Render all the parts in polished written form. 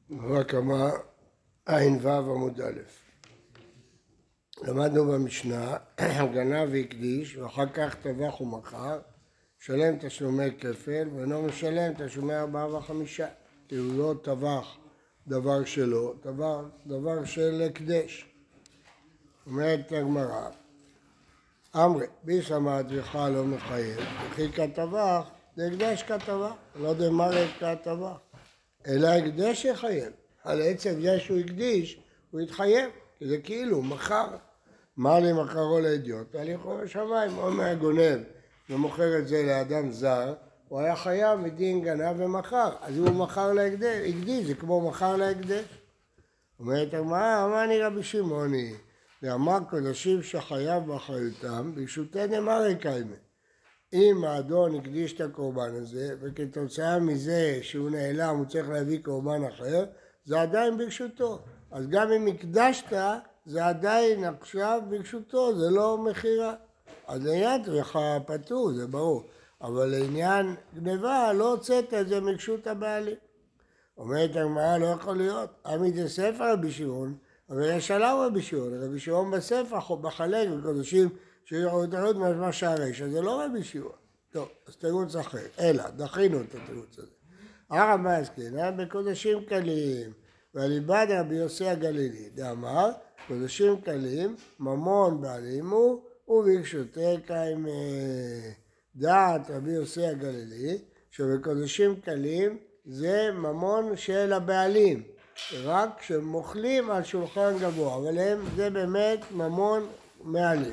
הקמה ע"ו עמוד א'. למדנו במשנה, גנב והקדיש ואחר כך טבח ומכר, משלם תשלומי כפל ואינו משלם תשלומי 4 ו-5, כי הוא לא טבח דבר שלו, דבר של הקדש. אומרת הגמרא, אמרי, ביסמא אדריכל לא מחייב, וכי כטבח, זה הקדש כטבח, לא דמרי כטבח, אלא הקדש יחייב. על עצם זה שהוא הקדיש, הוא יתחייב, כי זה כאילו מכר. מה לי מכרו לאדיוט? הליכו בשמיים, או מהגונב ומוכר את זה לאדם זר, הוא היה חייב מדין גנב ומכר, אז הוא מכר להקדש, הקדיש, זה כמו מכר להקדש. אומרת הגמרא, מה אני רבי שמעוני? ואמר קודשים שחייב באחריותם, ברשותי דמרי קיימא. אם האדון הקדיש את הקורבן הזה, וכתוצאה מזה שהוא נעלם, הוא צריך להביא קורבן אחר, זה עדיין ברשותו. אז גם אם הקדשת, זה עדיין עכשיו ברשותו, זה לא מחירה. אז לעניין לך פטור, זה ברור. אבל לעניין גניבה, לא הוצאת את זה מרשות הבעלים. אומרת הגמרא, לא יכול להיות. עמי זה ספר רבי שמעון, אבל יש עליו רבי שמעון. רבי שמעון בספר מחלק בקודשים שיראו את הרעות משמע שהרש, אז זה לא רבי שמעון. טוב, אז תירוץ אחר. אלא, דחינו את התירוץ הזה. הרמב"ם עסקינן בקודשים קלים, ואליבא דרבי יוסי הגלילי, דאמר, קודשים קלים, ממון בעלים הוא, וברשותי קיימא. דעת רבי יוסי הגלילי, שבקודשים קלים זה ממון של הבעלים, רק שמוכלים על שולחן גבוה, אבל זה באמת ממון מעלים.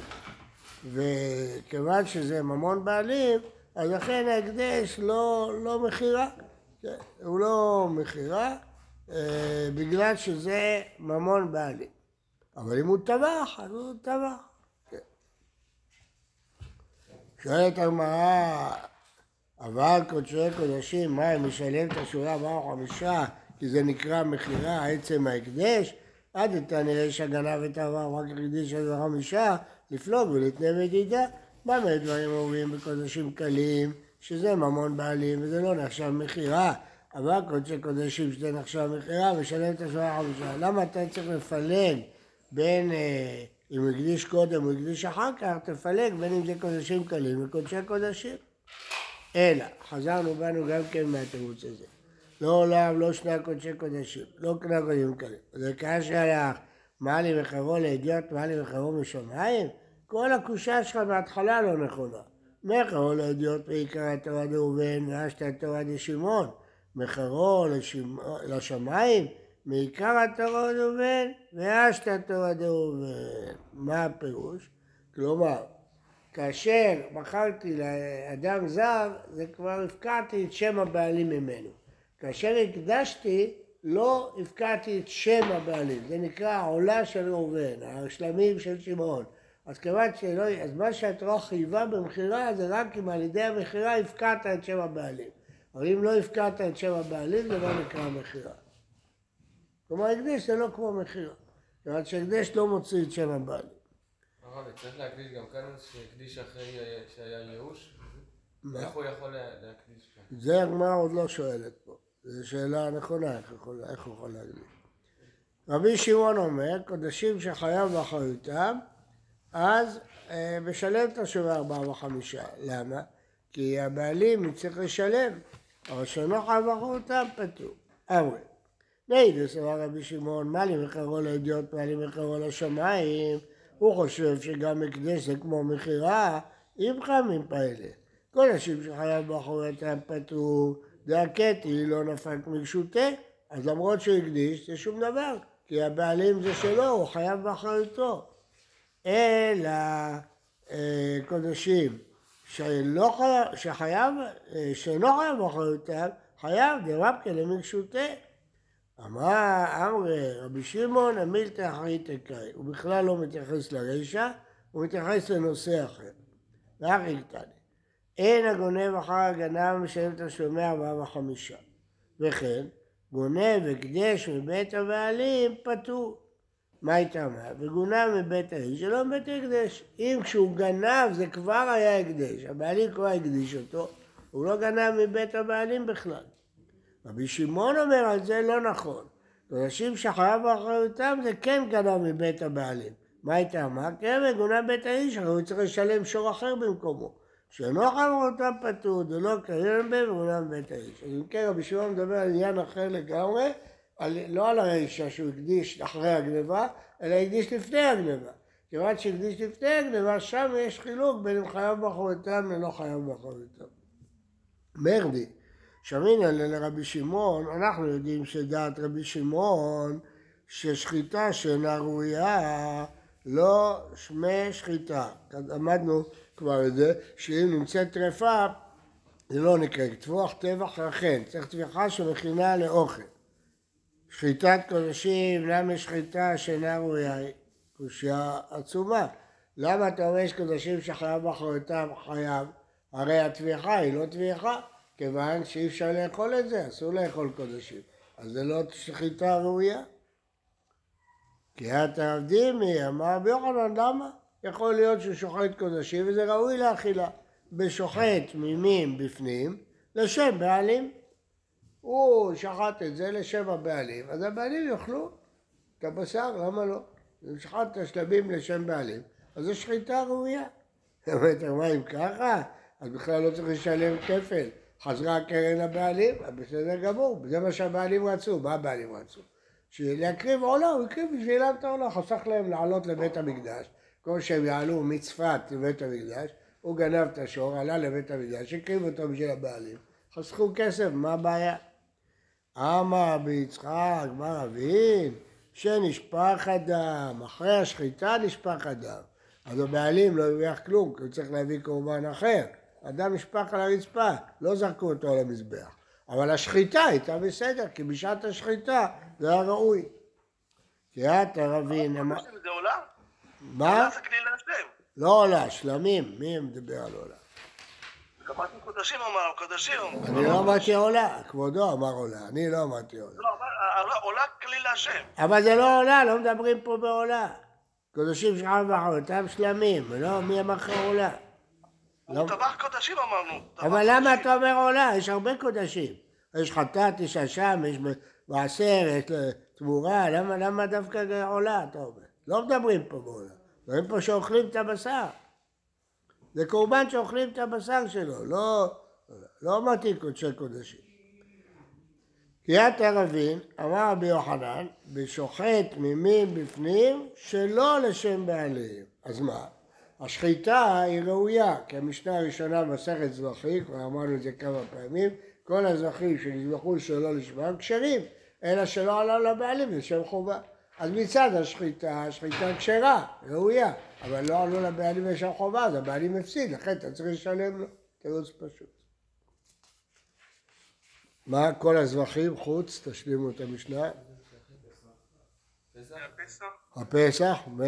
וכיוון שזה ממון בעלים, אז לכן ההקדש לא מחירה, הוא לא מחירה, בגלל שזה ממון בעלים. אבל אם הוא טבח, אז הוא טבח. שואלת הגמרא, אבל קודשי קודשים, מה הם משלם את השורה 4 או 5, כי זה נקרא מחירה, עצם ההקדש? עד איתה נראה שגנב את העבר, רק הקדיש 5, לפלוג ולתנה מדידה. במה דברים אומרים בקודשים קלים, שזה ממון בעלים וזה לא נחשב מחירה, אבל קודשי קודשים שזה נחשב מחירה ושלם את השורה 5. למה אתה צריך לפלג בין, אם הוא הקדיש קודם או הקדיש אחר כך, תפלג בין אם זה קודשים קלים וקודשי קודשים. אלא, חזרנו בנו גם כן מהתירוץ הזה. לא עולם, לא שני קודשי קודשים, לא קנה קודשים קלים. זה קשה לך, מה לי מחרו לאדיוט, מה לי מחרו משמיים? כל הקושה שלך מההתחלה לא נכונה. מחרו לאדיוט בעיקר התורה דאובן, ואשת התורה דשמעון. מחרו לשמיים, מעיקר התורה דאובן, ואשת התורה דאובן. מה הפירוש? כלומר, כאשר מכרתי לאדם זר, זה כבר הפקעתי את שם הבעלים ממנו. כאשר הקדשתי, לא הפקעתי את שם הבעלים. זה נקרא העולה של ראובן, השלמים של שמעון. אז כיוון שלא, אז מה שהתורה חייבה במחירה, זה רק אם על ידי המחירה הפקעת את שם הבעלים. אבל אם לא הפקעת את שם הבעלים, זה לא נקרא מחירה. כלומר, הקדש זה לא כמו מחירה. כיוון שהקדש לא מוציא את שם הבעלים. הרב, צריך להקדיש גם כאן שהקדיש אחרי שהיה ייאוש? איך הוא יכול להקדיש כאן? זה הגמרא עוד לא שואלת פה. זו שאלה נכונה, איך הוא יכול להקדיש. רבי שמעון אומר, קודשים שחייב באחריותם, אז משלם את השווה 4 ו-5. למה? כי הבעלים צריך לשלם, אבל שאינו חייב באחריותם פטור. אמרי, נהידו סבר רבי שמעון, מה לי מחרו לאדיוט, מה לי מחרו לשמיים? הוא חושב שגם הקדש זה כמו מחירה, אם חמים פעלה. קודשים שחייב באחריותם פטור, דהקתי לא נפק מרשותה, אז למרות שהוא הקדיש זה שום דבר, כי הבעלים זה שלו, הוא חייב באחריותו. אלא קודשים שאינו חייב באחריותם, חייב דרבקה למרשותה. אמרי רבי שמעון המילתא אחרית עיקרי, הוא בכלל לא מתייחס לרשע, הוא מתייחס לנושא אחר. ואחרי קטני, אין הגונב אחר הגנב משלם תשלומי 4 ו-5. וכן, גונב הקדש מבית הבעלים פטור. מה התאמה? וגונב מבית האיש שלא מבית הקדש. אם כשהוא גנב זה כבר היה הקדש, הבעלים כבר הקדיש אותו, הוא לא גנב מבית הבעלים בכלל. רבי שמעון אומר על זה לא נכון. קודשים שחייב באחריותם זה כן גנב מבית הבעלים. מה הייתה? מה? כן, מגונב בית האיש, אבל הוא צריך לשלם שור אחר במקומו. שאינו חברותם פטור, ולא קיים בה וגונב בית האיש. אז אם כן, רבי שמעון מדבר על עניין אחר לגמרי, לא על הרישה שהוא הקדיש אחרי הגניבה, אלא הקדיש לפני הגניבה. כיוון שהקדיש לפני הגניבה, שם יש חילוק בין אם חייב באחריותם ולא חייב באחריותם. מרדי, שמינן לרבי שמעון, אנחנו יודעים שדעת רבי שמעון, ששחיטה שאינה ראויה, לא שמי שחיטה. למדנו כבר את זה, שאם נמצאת טרפה, זה לא נקרא, טבוח טבח רחן, צריך טביחה שמכינה לאוכל. שחיטת קודשים, למה שחיטה שאינה ראויה? קושיה עצומה. למה אתה אומר שקודשים שחייב באחריותם חייב? הרי הטביחה היא לא טביחה, כיוון שאי אפשר לאכול את זה, אסור לאכול קודשים. אז זה לא שחיטה ראויה. כי אתה עבדימי, אמר רבי יוחנן, למה? יכול להיות שהוא שוחט קודשים וזה ראוי לאכילה. בשוחט מימים בפנים, לשם בעלים. הוא שחט את זה לשם הבעלים, אז הבעלים יאכלו את הבשר, למה לא? אם שחט את השלבים לשם בעלים, אז זו שחיטה ראויה. מה אם ככה? אז בכלל לא צריך לשלם כפל. חזרה הקרן לבעלים, בסדר גמור, זה מה שהבעלים רצו. מה הבעלים רצו? להקריב עולה, הוא הקריב בשבילם את העולה, חסך להם לעלות לבית המקדש. כל שהם יעלו מצפת לבית המקדש, הוא גנב את השור, עלה לבית המקדש, הקריב אותו בשביל הבעלים. חסכו כסף, מה הבעיה? אמר ביצחק, בר אבין, שנשפך הדם, אחרי השחיטה נשפך הדם. אז הבעלים לא הרוויח כלום, כי הוא צריך להביא קורבן אחר. הדם נשפך על הרצפה, לא זרקו אותו על המזבח. אבל השחיטה הייתה בסדר, כי בשעת השחיטה זה היה ראוי. כי את הרבין... זה עולה? מה? עולה זה כלי להשם. לא עולה, שלמים. מי מדבר על עולה? קבעתם קודשים אמר, קודשים. אני לא אמרתי עולה, כבודו אמר עולה, אני לא אמרתי עולה. לא, אבל עולה כלי להשם. אבל זה לא עולה, לא מדברים פה בעולה. קודשים שחייב באחריותם שלמים, ולא מי אמר לך עולה. הוא טבח קודשים אמרנו. אבל למה אתה אומר עולה? יש הרבה קודשים. יש חטאת, יש אשם, יש מעשר, יש תמורה, למה דווקא עולה, אתה אומר? לא מדברים פה בעולה. מדברים פה שאוכלים את הבשר. זה קורבן שאוכלים את הבשר שלו, לא אמרתי קודשי קודשים. קריאת ערבין, אמר רבי יוחנן, בשוחט מימים בפנים שלא לשם בעלים. אז מה? השחיטה היא ראויה, כי המשנה הראשונה מסכת זבחים, כבר אמרנו את זה כמה פעמים, כל הזבחים שנזבחו שלא לשמם כשרים, אלא שלא עלו לבעלים לשם חובה. אז מצד השחיטה, השחיטה כשרה, ראויה, אבל לא עלו לבעלים לשם חובה, אז הבעלים הפסיד, לכן אתה צריך לשלם לו, תירוץ פשוט. מה כל הזבחים חוץ, תשלימו את המשנה? הפסח ו...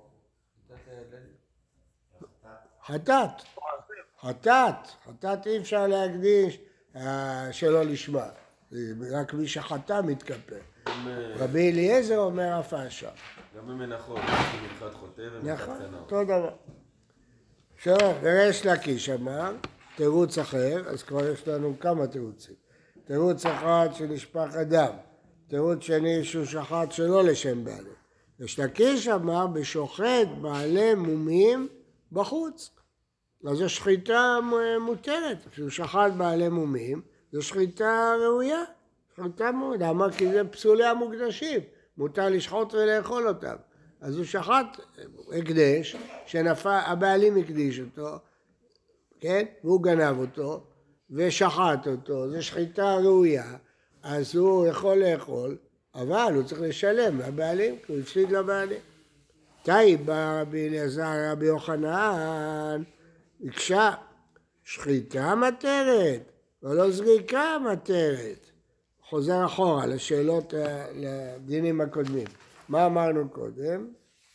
חטאת אי אפשר להקדיש שלא לשמה, רק מי שחטא מתכפר. רבי אליעזר אומר אף האשה. גם במנחות, מנחת חוטא ומנחת צנור. אותו דבר. עכשיו, וריש לקיש אמר, תירוץ אחר, אז כבר יש לנו כמה תירוצים. תירוץ אחד שנשפך הדם, תירוץ שני שהוא שחט שלא לשם בעלים. ריש לקיש אמר, בשוחט בעלי מומים בחוץ. אז זו שחיטה מותרת, כשהוא שחט בעלי מומים, זו שחיטה ראויה. שחיטה מותרת, למה? כי זה פסולי המוקדשים, מותר לשחוט ולאכול אותם. אז הוא שחט הקדש, שהבעלים הקדיש אותו, כן? והוא גנב אותו, ושחט אותו, זו שחיטה ראויה, אז הוא יכול לאכול, אבל הוא צריך לשלם לבעלים, כי הוא הפסיד לבעלים. תאי בא רבי אליעזר רבי יוחנן, ביקשה, שחיטה מתרת, ולא זריקה מתרת. חוזר אחורה לשאלות, לדינים הקודמים. מה אמרנו קודם?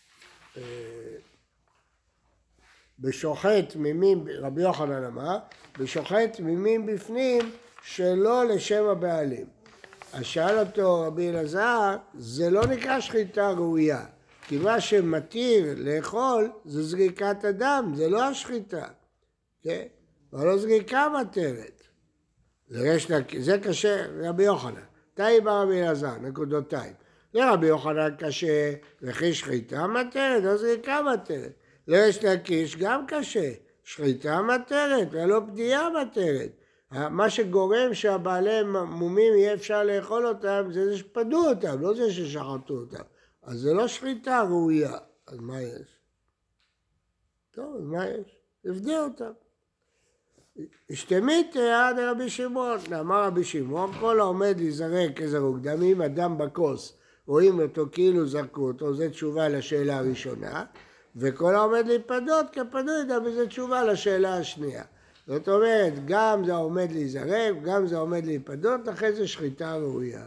בשוחט מימים, רבי יוחנן אמר, בשוחט מימים בפנים שלא לשם הבעלים. אז שאל אותו רבי אלעזר, זה לא נקרא שחיטה ראויה. כי מה שמתיר לאכול זה זריקת הדם, זה לא השחיטה. כן? אבל לא זריקה מתרת. זה קשה רבי יוחנן. תאי ברבי אלעזר, נקודותיים. לרבי יוחנן קשה, וכי שחיטה מתרת, או זריקה מתרת. לריש לקיש גם קשה, שחיטה מתרת, ולא פדיעה מתרת. מה שגורם שהבעלי מומים יהיה אפשר לאכול אותם, זה שפדו אותם, לא זה ששחטו אותם. אז זה לא שחיטה ראויה. אז מה יש? טוב, אז מה יש? יפדה אותם. השתמית עד רבי שמעון, אמר רבי שמעון, כל העומד להיזרק כזרוק דמים, אדם בכוס, רואים אותו כאילו זרקו אותו, זו תשובה לשאלה הראשונה, וכל העומד להיפדות כפדו ידע, וזו תשובה לשאלה השנייה. זאת אומרת, גם זה עומד להיזרק, גם זה עומד להיפדות, לכן זה שחיטה ראויה.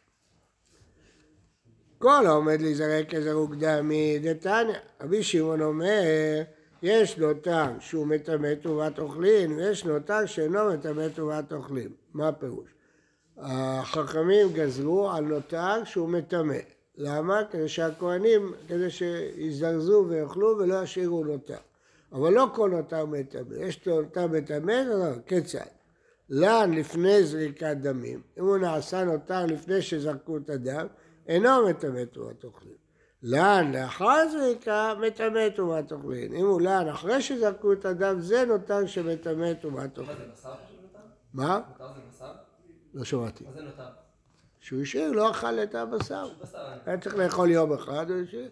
כל העומד להיזרק כזרוק דמי, דתניא, רבי שמעון אומר, יש לו טעם שהוא מטמא תרומת אוכלין, ויש לו טעם שאינו מטמא תרומת אוכלין. מה הפירוש? החכמים גזרו על נותר שהוא מטמא. למה? כדי שהכהנים, כדי שיזרזו ויאכלו ולא ישאירו נותר. אבל לא כל נותר מטמא. יש לו נותר מטמא, כיצד? לן לפני זריקת דמים, אם הוא נעשה נותר לפני שזרקו את הדם, אינו מטמא תרומת אוכלין. לן לאחר זריקה מטמא תרומת אוכלין. אם הוא לן אחרי שזרקו את הדם, זה נותר שמטמא תרומת אוכלין. מה זה נותר? מה? נותר זה בשר? לא שמעתי. מה זה נותר? שהוא השאיר, לא אכל את הבשר. בשר. היה צריך לאכול יום אחד, הוא השאיר.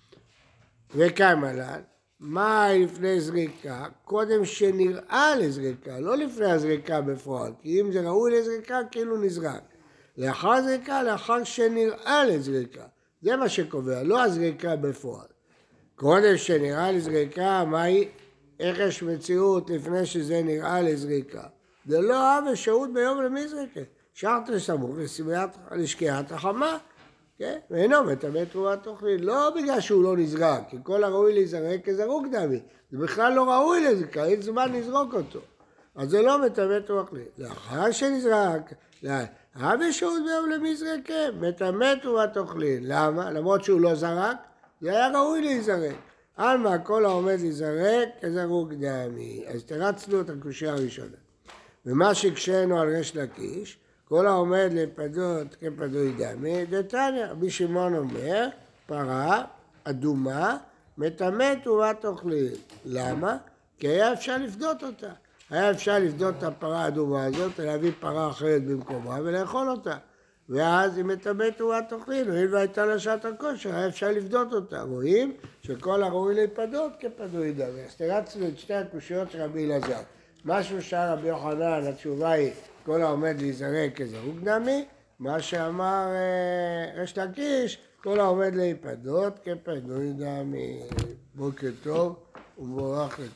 וכמה לן? מה לפני זריקה? קודם שנראה לזריקה, לא לפני הזריקה בפועל. כי אם זה ראוי לזריקה, כאילו נזרק. לאחר זריקה, לאחר שנראה לזריקה. זה מה שקובע, לא הזריקה בפועל. קודם שנראה לזריקה, מהי? איך יש מציאות לפני שזה נראה לזריקה? זה לא אהב ושהות ביום למזרקה. שחת סמוך לשקיעת החמה, כן? ואינו מטמא תרומת אוכלין. לא בגלל שהוא לא נזרק, כי כל הראוי להיזרק כזרוק דמי. זה בכלל לא ראוי לזריקה, אין זמן לזרוק אותו. אז זה לא מטמא תרומת אוכלין. לאחר שנזרק, אהב ושהות ביום למזרקה, מטמא תרומת אוכלין. למה? למרות שהוא לא זרק, זה היה ראוי להיזרק. על מה כל העומד להיזרק כזרוק דמי. אז תרצנו את הקושיה הראשונה. ומה שקשנו על ריש לקיש, כל העומד להיפדות כפדוי דמי, דתניא, רבי שמעון אומר, פרה אדומה מטמא תרומת אוכלין. למה? כי היה אפשר לפדות אותה. היה אפשר לפדות את הפרה האדומה הזאת, להביא פרה אחרת במקומה ולאכול אותה. ואז היא מטמא תרומת אוכלין, הואיל והייתה לה שעת הכושר, היה אפשר לפדות אותה. רואים שכל הראוי להיפדות כפדוי דמי. אז תרצנו את שתי הקושיות של רבי אלעזר. משהו שאל רבי יוחנן, התשובה היא כל העומד להיזרק כזרוק דמי, מה שאמר ריש לקיש, כל העומד להיפדות כפדוי דמי. בוקר טוב ומבורך לכולם.